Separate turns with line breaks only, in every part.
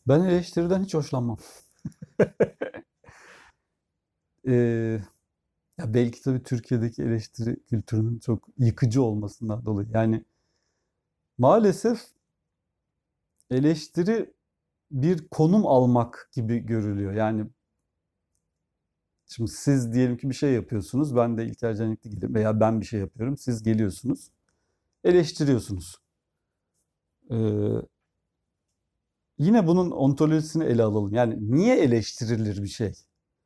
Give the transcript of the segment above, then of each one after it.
Ben eleştiriden hiç hoşlanmam. Eee, Ya belki tabii Türkiye'deki eleştiri kültürünün çok yıkıcı olmasından dolayı. Yani maalesef eleştiri bir konum almak gibi görülüyor. Yani şimdi siz diyelim ki bir şey yapıyorsunuz. Ben de İlker Canikligil'im veya ben bir şey yapıyorum. Siz geliyorsunuz. Eleştiriyorsunuz. Eee, Yine bunun ontolojisini ele alalım. Yani niye eleştirilir bir şey?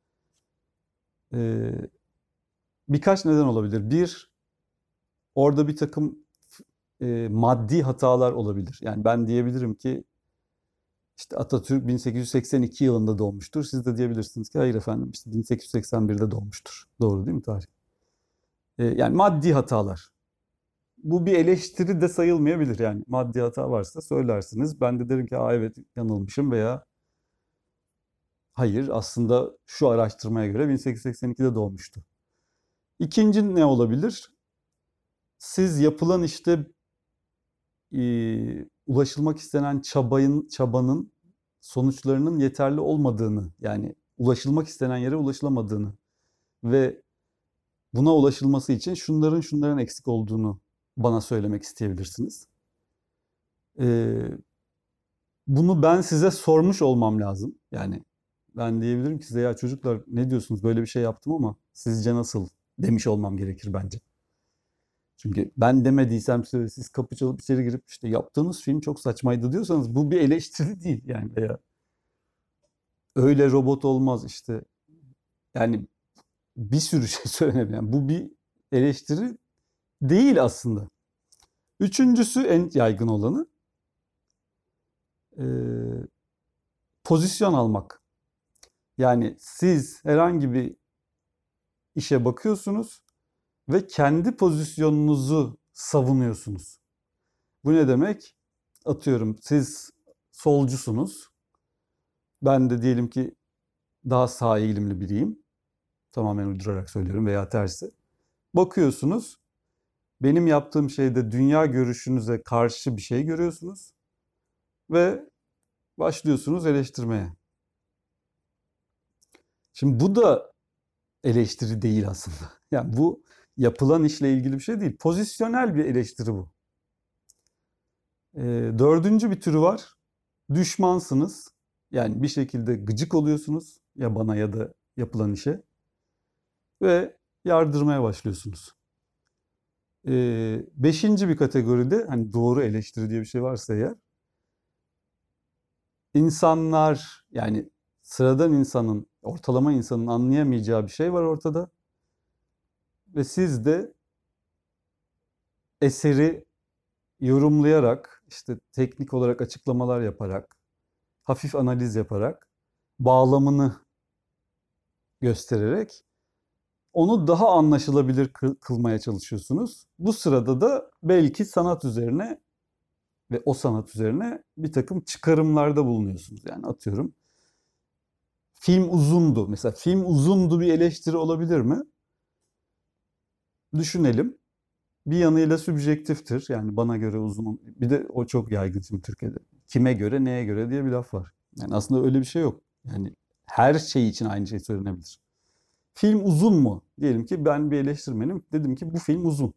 Eee, Birkaç neden olabilir. Bir, orada bir takım maddi hatalar olabilir. Yani ben diyebilirim ki işte Atatürk 1882 yılında doğmuştur. Siz de diyebilirsiniz ki hayır efendim işte 1881'de doğmuştur. Doğru değil mi tarih? Yani maddi hatalar. Bu bir eleştiri de sayılmayabilir. Yani maddi hata varsa söylersiniz. Ben de derim ki aa, evet yanılmışım veya hayır aslında şu araştırmaya göre 1882'de doğmuştu. İkinci ne olabilir? Siz yapılan işte ulaşılmak istenen çabanın sonuçlarının yeterli olmadığını, yani ulaşılmak istenen yere ulaşılamadığını ve buna ulaşılması için şunların eksik olduğunu bana söylemek isteyebilirsiniz. Eee, Bunu ben size sormuş olmam lazım. Yani ben diyebilirim ki size ya çocuklar ne diyorsunuz böyle bir şey yaptım ama sizce nasıl demiş olmam gerekir bence. Çünkü ben demediysem siz kapı çalıp içeri girip işte yaptığınız film çok saçmaydı diyorsanız bu bir eleştiri değil yani veya öyle robot olmaz işte. Yani bir sürü şey söylenebilir. Yani bu bir eleştiri değil aslında. Üçüncüsü en yaygın olanı eee, pozisyon almak. Yani siz herhangi bir işe bakıyorsunuz ve kendi pozisyonunuzu savunuyorsunuz. Bu ne demek? Atıyorum siz solcusunuz. Ben de diyelim ki daha sağ eğilimli biriyim. Tamamen uydurarak söylüyorum veya tersi. Bakıyorsunuz, benim yaptığım şeyde dünya görüşünüze karşı bir şey görüyorsunuz ve başlıyorsunuz eleştirmeye. Şimdi bu da eleştiri değil aslında. Yani bu yapılan işle ilgili bir şey değil. Pozisyonel bir eleştiri bu. Dördüncü bir türü var. Düşmansınız. Yani bir şekilde gıcık oluyorsunuz ya bana ya da yapılan işe ve yardırmaya başlıyorsunuz. Beşinci bir kategoride hani doğru eleştiri diye bir şey varsa eğer insanlar yani sıradan insanın ortalama insanın anlayamayacağı bir şey var ortada ve siz de eseri yorumlayarak işte teknik olarak açıklamalar yaparak hafif analiz yaparak bağlamını göstererek onu daha anlaşılabilir kılmaya çalışıyorsunuz. Bu sırada da belki sanat üzerine ve o sanat üzerine bir takım çıkarımlarda bulunuyorsunuz. Yani atıyorum film uzundu. Mesela film uzundu bir eleştiri olabilir mi? Düşünelim. Bir yanıyla sübjektiftir. Yani bana göre uzun. Bir de o çok yaygın şimdi Türkiye'de. Kime göre, neye göre diye bir laf var. Yani aslında öyle bir şey yok. Yani her şey için aynı şey söylenebilir. Film uzun mu? Diyelim ki ben bir eleştirmenim. Dedim ki bu film uzun.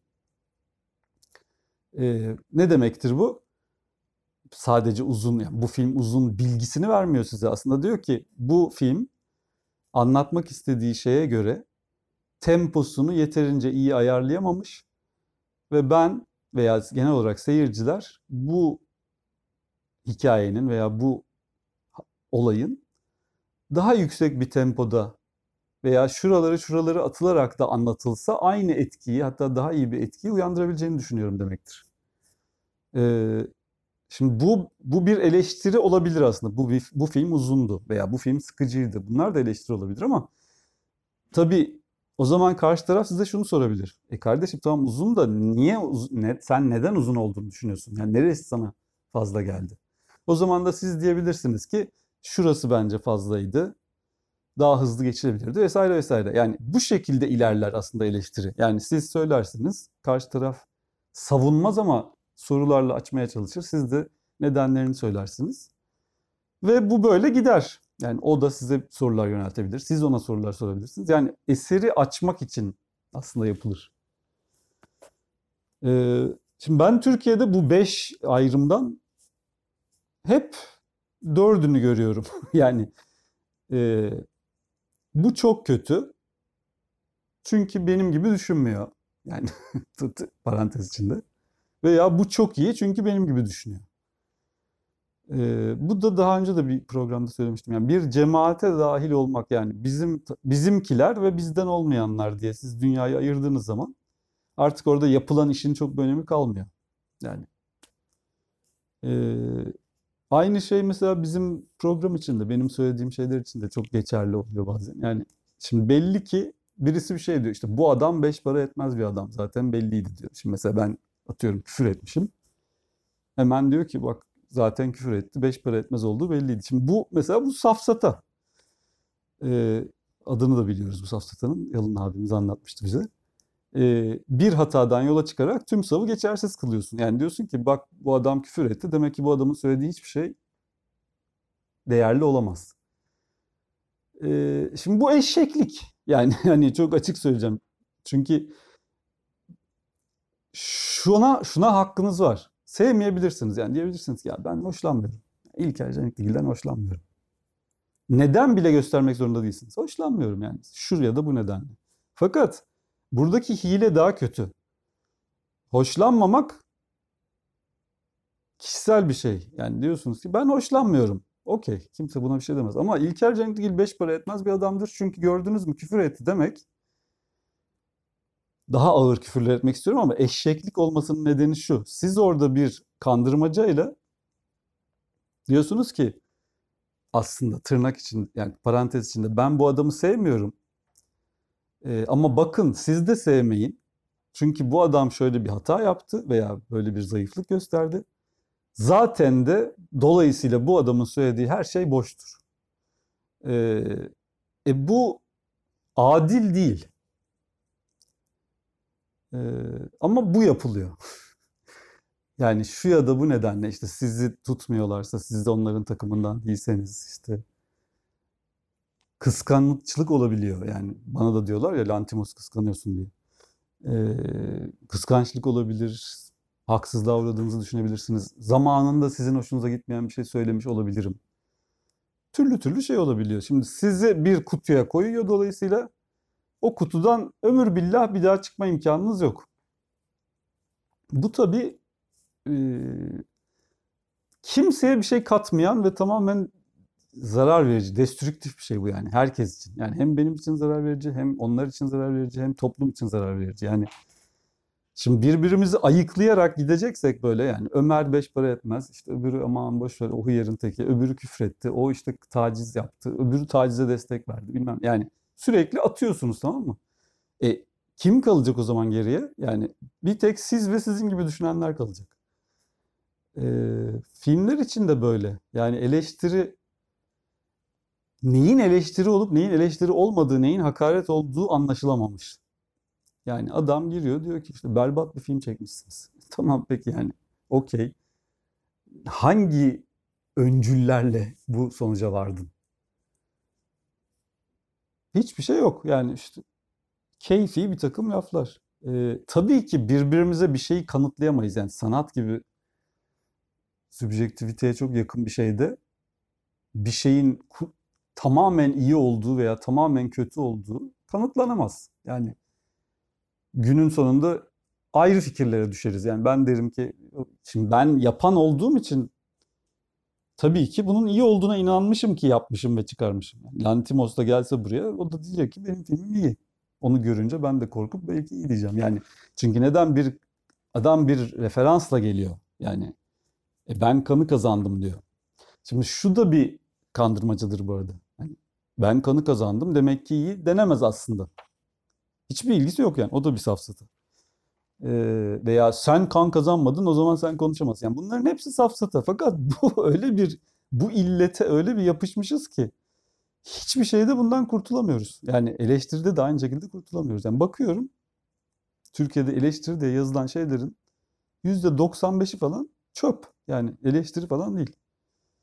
Ne demektir bu? Sadece uzun, yani bu film uzun bilgisini vermiyor size. Aslında diyor ki bu film anlatmak istediği şeye göre temposunu yeterince iyi ayarlayamamış ve ben veya genel olarak seyirciler bu hikayenin veya bu olayın daha yüksek bir tempoda veya şuraları atılarak da anlatılsa aynı etkiyi hatta daha iyi bir etkiyi uyandırabileceğini düşünüyorum demektir. Ee, Şimdi bu bir eleştiri olabilir aslında. Bu film uzundu veya bu film sıkıcıydı. Bunlar da eleştiri olabilir ama tabii o zaman karşı taraf size şunu sorabilir. Kardeşim tamam uzun da sen neden uzun olduğunu düşünüyorsun? Yani neresi sana fazla geldi? O zaman da siz diyebilirsiniz ki şurası bence fazlaydı. Daha hızlı geçilebilirdi vesaire vesaire. Yani bu şekilde ilerler aslında eleştiri. Yani siz söylersiniz, karşı taraf savunmaz ama sorularla açmaya çalışır. Siz de nedenlerini söylersiniz. Ve bu böyle gider. Yani o da size sorular yöneltebilir. Siz ona sorular sorabilirsiniz. Yani eseri açmak için aslında yapılır. Şimdi ben Türkiye'de bu 5 ayrımdan hep 4'ünü görüyorum. Yani bu çok kötü. Çünkü benim gibi düşünmüyor. Yani parantez içinde. Veya bu çok iyi çünkü benim gibi düşünüyor. Bu da daha önce de bir programda söylemiştim. Yani bir cemaate dahil olmak, yani bizimkiler ve bizden olmayanlar diye siz dünyayı ayırdığınız zaman artık orada yapılan işin çok bir önemi kalmıyor. Yani aynı şey mesela bizim program için de, benim söylediğim şeyler için de çok geçerli oluyor bazen. Yani şimdi belli ki birisi bir şey diyor, işte bu adam 5 para etmez bir adam, zaten belliydi diyor. Şimdi mesela ben atıyorum küfür etmişim. Hemen diyor ki bak zaten küfür etti, 5 para etmez olduğu belliydi. Şimdi bu mesela bu safsata. Adını da biliyoruz bu safsatanın. Yalın abimiz anlatmıştı bize. Bir hatadan yola çıkarak tüm savı geçersiz kılıyorsun. Yani diyorsun ki bak bu adam küfür etti, demek ki bu adamın söylediği hiçbir şey değerli olamaz. Şimdi bu eşeklik. Yani hani çok açık söyleyeceğim. Çünkü şuna hakkınız var. Sevmeyebilirsiniz, yani diyebilirsiniz ki ya ben hoşlanmıyorum. İlker Canikligil'den hoşlanmıyorum. Neden bile göstermek zorunda değilsiniz. Hoşlanmıyorum yani. Şuraya da bu nedenle. Fakat buradaki hile daha kötü. Hoşlanmamak kişisel bir şey. Yani diyorsunuz ki ben hoşlanmıyorum. Okey, kimse buna bir şey demez. Ama İlker Canikligil 5 para etmez bir adamdır. Çünkü gördünüz mü küfür etti demek. Daha ağır küfürler etmek istiyorum ama eşeklik olmasının nedeni şu. Siz orada bir kandırmacayla diyorsunuz ki aslında tırnak için, yani parantez içinde, ben bu adamı sevmiyorum. Ama bakın siz de sevmeyin. Çünkü bu adam şöyle bir hata yaptı veya böyle bir zayıflık gösterdi. Zaten de dolayısıyla bu adamın söylediği her şey boştur. Bu adil değil. Ama bu yapılıyor. Yani şu ya da bu nedenle işte sizi tutmuyorlarsa, siz de onların takımından değilseniz, işte kıskançlık olabiliyor. Yani bana da diyorlar ya Lantimos kıskanıyorsun diye. Kıskançlık olabilir, haksızlığa uğradığınızı düşünebilirsiniz. Zamanında sizin hoşunuza gitmeyen bir şey söylemiş olabilirim. Türlü türlü şey olabiliyor. Şimdi sizi bir kutuya koyuyor, dolayısıyla o kutudan ömür billah bir daha çıkma imkanınız yok. Bu tabii kimseye bir şey katmayan ve tamamen zarar verici, destrüktif bir şey bu yani herkes için. Yani hem benim için zarar verici, hem onlar için zarar verici, hem toplum için zarar verici. Yani şimdi birbirimizi ayıklayarak gideceksek böyle, yani Ömer 5 para etmez, işte öbürü aman boş ver o hıyarın teki, öbürü küfretti, o işte taciz yaptı, öbürü tacize destek verdi bilmem. Yani sürekli atıyorsunuz, tamam mı? Kim kalacak o zaman geriye? Yani bir tek siz ve sizin gibi düşünenler kalacak. Filmler için de böyle. Yani eleştiri, neyin eleştiri olup neyin eleştiri olmadığı, neyin hakaret olduğu anlaşılamamış. Yani adam giriyor diyor ki işte berbat bir film çekmişsiniz. Tamam peki, yani okey. Hangi öncüllerle bu sonuca vardın? Hiçbir şey yok. Yani işte keyfi bir takım laflar. Tabii ki birbirimize bir şeyi kanıtlayamayız. Yani sanat gibi sübjektiviteye çok yakın bir şeyde bir şeyin tamamen iyi olduğu veya tamamen kötü olduğu kanıtlanamaz. Yani günün sonunda ayrı fikirlere düşeriz. Yani ben derim ki şimdi ben yapan olduğum için tabii ki bunun iyi olduğuna inanmışım ki yapmışım ve çıkarmışım. Yani Lantimos da gelse buraya, o da diyecek ki benim filmim iyi. Onu görünce ben de korkup belki iyi diyeceğim. Yani çünkü neden bir adam bir referansla geliyor? Yani ben kanı kazandım diyor. Şimdi şu da bir kandırmacadır bu arada. Yani ben kanı kazandım demek ki iyi denemez aslında. Hiçbir ilgisi yok yani. O da bir safsata. Veya sen kan kazanmadın o zaman sen konuşamazsın. Yani bunların hepsi safsata. Fakat bu öyle bir, bu illete öyle bir yapışmışız ki hiçbir şeyde bundan kurtulamıyoruz. Yani eleştiride de aynı şekilde kurtulamıyoruz. Yani bakıyorum Türkiye'de eleştiri diye yazılan şeylerin %95'i falan çöp. Yani eleştiri falan değil.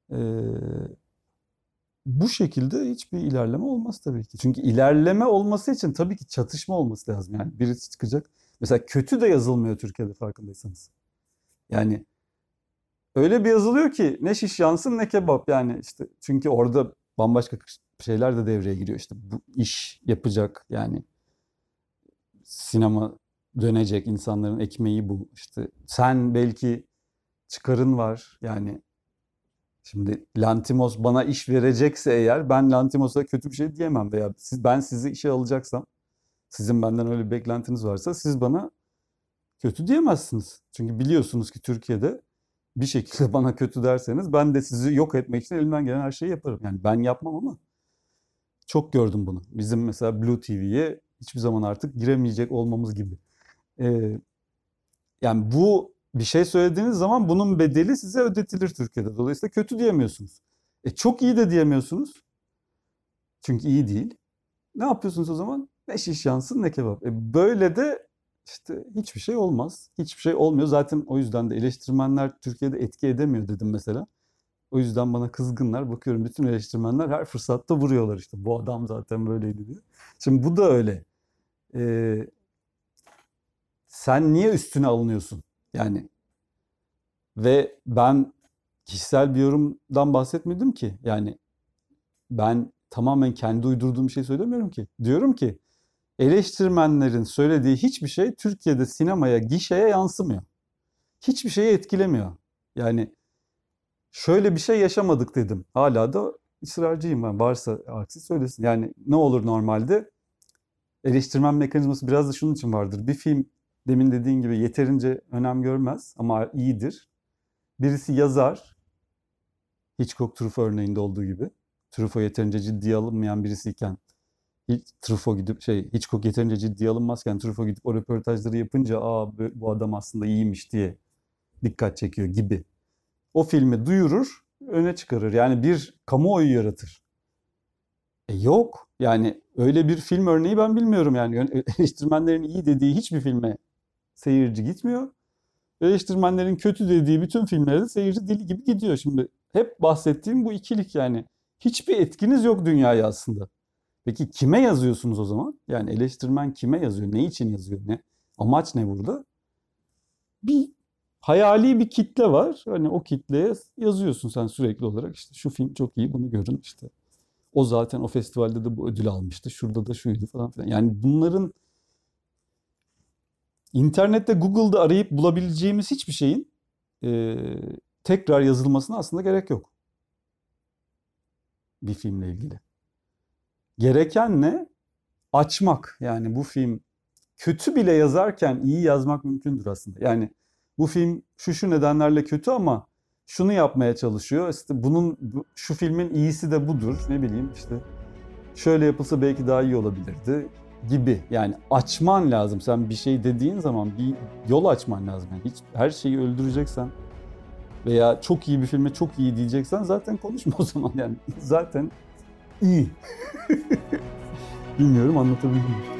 Bu şekilde hiçbir ilerleme olmaz tabii ki. Çünkü ilerleme olması için tabii ki çatışma olması lazım. Yani birisi çıkacak. Mesela kötü de yazılmıyor Türkiye'de farkındaysanız. Yani öyle bir yazılıyor ki ne şiş yansın ne kebap yani işte. Çünkü orada bambaşka şeyler de devreye giriyor. İşte bu iş yapacak yani sinema dönecek, insanların ekmeği bu. İşte sen belki çıkarın var yani. Şimdi Lantimos bana iş verecekse eğer ben Lantimos'a kötü bir şey diyemem veya ben sizi işe alacaksam sizin benden öyle bir beklentiniz varsa siz bana kötü diyemezsiniz. Çünkü biliyorsunuz ki Türkiye'de bir şekilde bana kötü derseniz ben de sizi yok etmek için elimden gelen her şeyi yaparım. Yani ben yapmam ama çok gördüm bunu. Bizim mesela Blue TV'ye hiçbir zaman artık giremeyecek olmamız gibi. Ee, Yani bu bir şey söylediğiniz zaman bunun bedeli size ödetilir Türkiye'de. Dolayısıyla kötü diyemiyorsunuz. Çok iyi de diyemiyorsunuz. Çünkü iyi değil. Ne yapıyorsunuz o zaman? Ne şiş yansın ne kebap. Böyle de işte hiçbir şey olmaz. Hiçbir şey olmuyor. Zaten o yüzden de eleştirmenler Türkiye'de etki edemiyor dedim mesela. O yüzden bana kızgınlar. Bakıyorum bütün eleştirmenler her fırsatta vuruyorlar işte. Bu adam zaten böyleydi diye. Şimdi bu da öyle. Ee, Sen niye üstüne alınıyorsun? Yani ve ben kişisel bir yorumdan bahsetmedim ki. Yani ben tamamen kendi uydurduğum bir şey söylemiyorum ki. Diyorum ki eleştirmenlerin söylediği hiçbir şey Türkiye'de sinemaya, gişeye yansımıyor. Hiçbir şeyi etkilemiyor. Yani şöyle bir şey yaşamadık dedim. Hala da ısrarcıyım ben. Varsa aksi söylesin. Yani ne olur normalde? Eleştirmen mekanizması biraz da şunun için vardır. Bir film demin dediğin gibi yeterince önem görmez ama iyidir. Birisi yazar. Hitchcock Truffaut örneğinde olduğu gibi. Truffaut yeterince ciddiye alınmayan birisiyken Hitchcock yeterince ciddiye alınmazken Truffaut gidip o röportajları yapınca bu adam aslında iyiymiş diye dikkat çekiyor gibi. O filmi duyurur, öne çıkarır. Yani bir kamuoyu yaratır. Yok. Yani öyle bir film örneği ben bilmiyorum yani. Eleştirmenlerin iyi dediği hiçbir filme seyirci gitmiyor. Eleştirmenlerin kötü dediği bütün filmlere de seyirci deli gibi gidiyor. Şimdi hep bahsettiğim bu ikilik yani. Hiçbir etkiniz yok dünyaya aslında. Peki kime yazıyorsunuz o zaman? Yani eleştirmen kime yazıyor? Ne için yazıyor? Amaç ne burada? Bir hayali bir kitle var. Hani o kitleye yazıyorsun sen sürekli olarak. İşte şu film çok iyi, bunu görün işte. O zaten o festivalde de bu ödül almıştı. Şurada da şuydu falan filan. Yani bunların internette, Google'da arayıp bulabileceğimiz hiçbir şeyin tekrar yazılmasına aslında gerek yok. Bir filmle ilgili. Gereken ne? Açmak. Yani bu film kötü bile yazarken iyi yazmak mümkündür aslında. Yani bu film şu nedenlerle kötü ama şunu yapmaya çalışıyor. İşte şu filmin iyisi de budur. Ne bileyim işte şöyle yapılsa belki daha iyi olabilirdi gibi. Yani açman lazım. Sen bir şey dediğin zaman bir yol açman lazım. Yani hiç her şeyi öldüreceksen veya çok iyi bir filme çok iyi diyeceksen zaten konuşma o zaman yani. Zaten iyi. Bilmiyorum anlatabildim mi?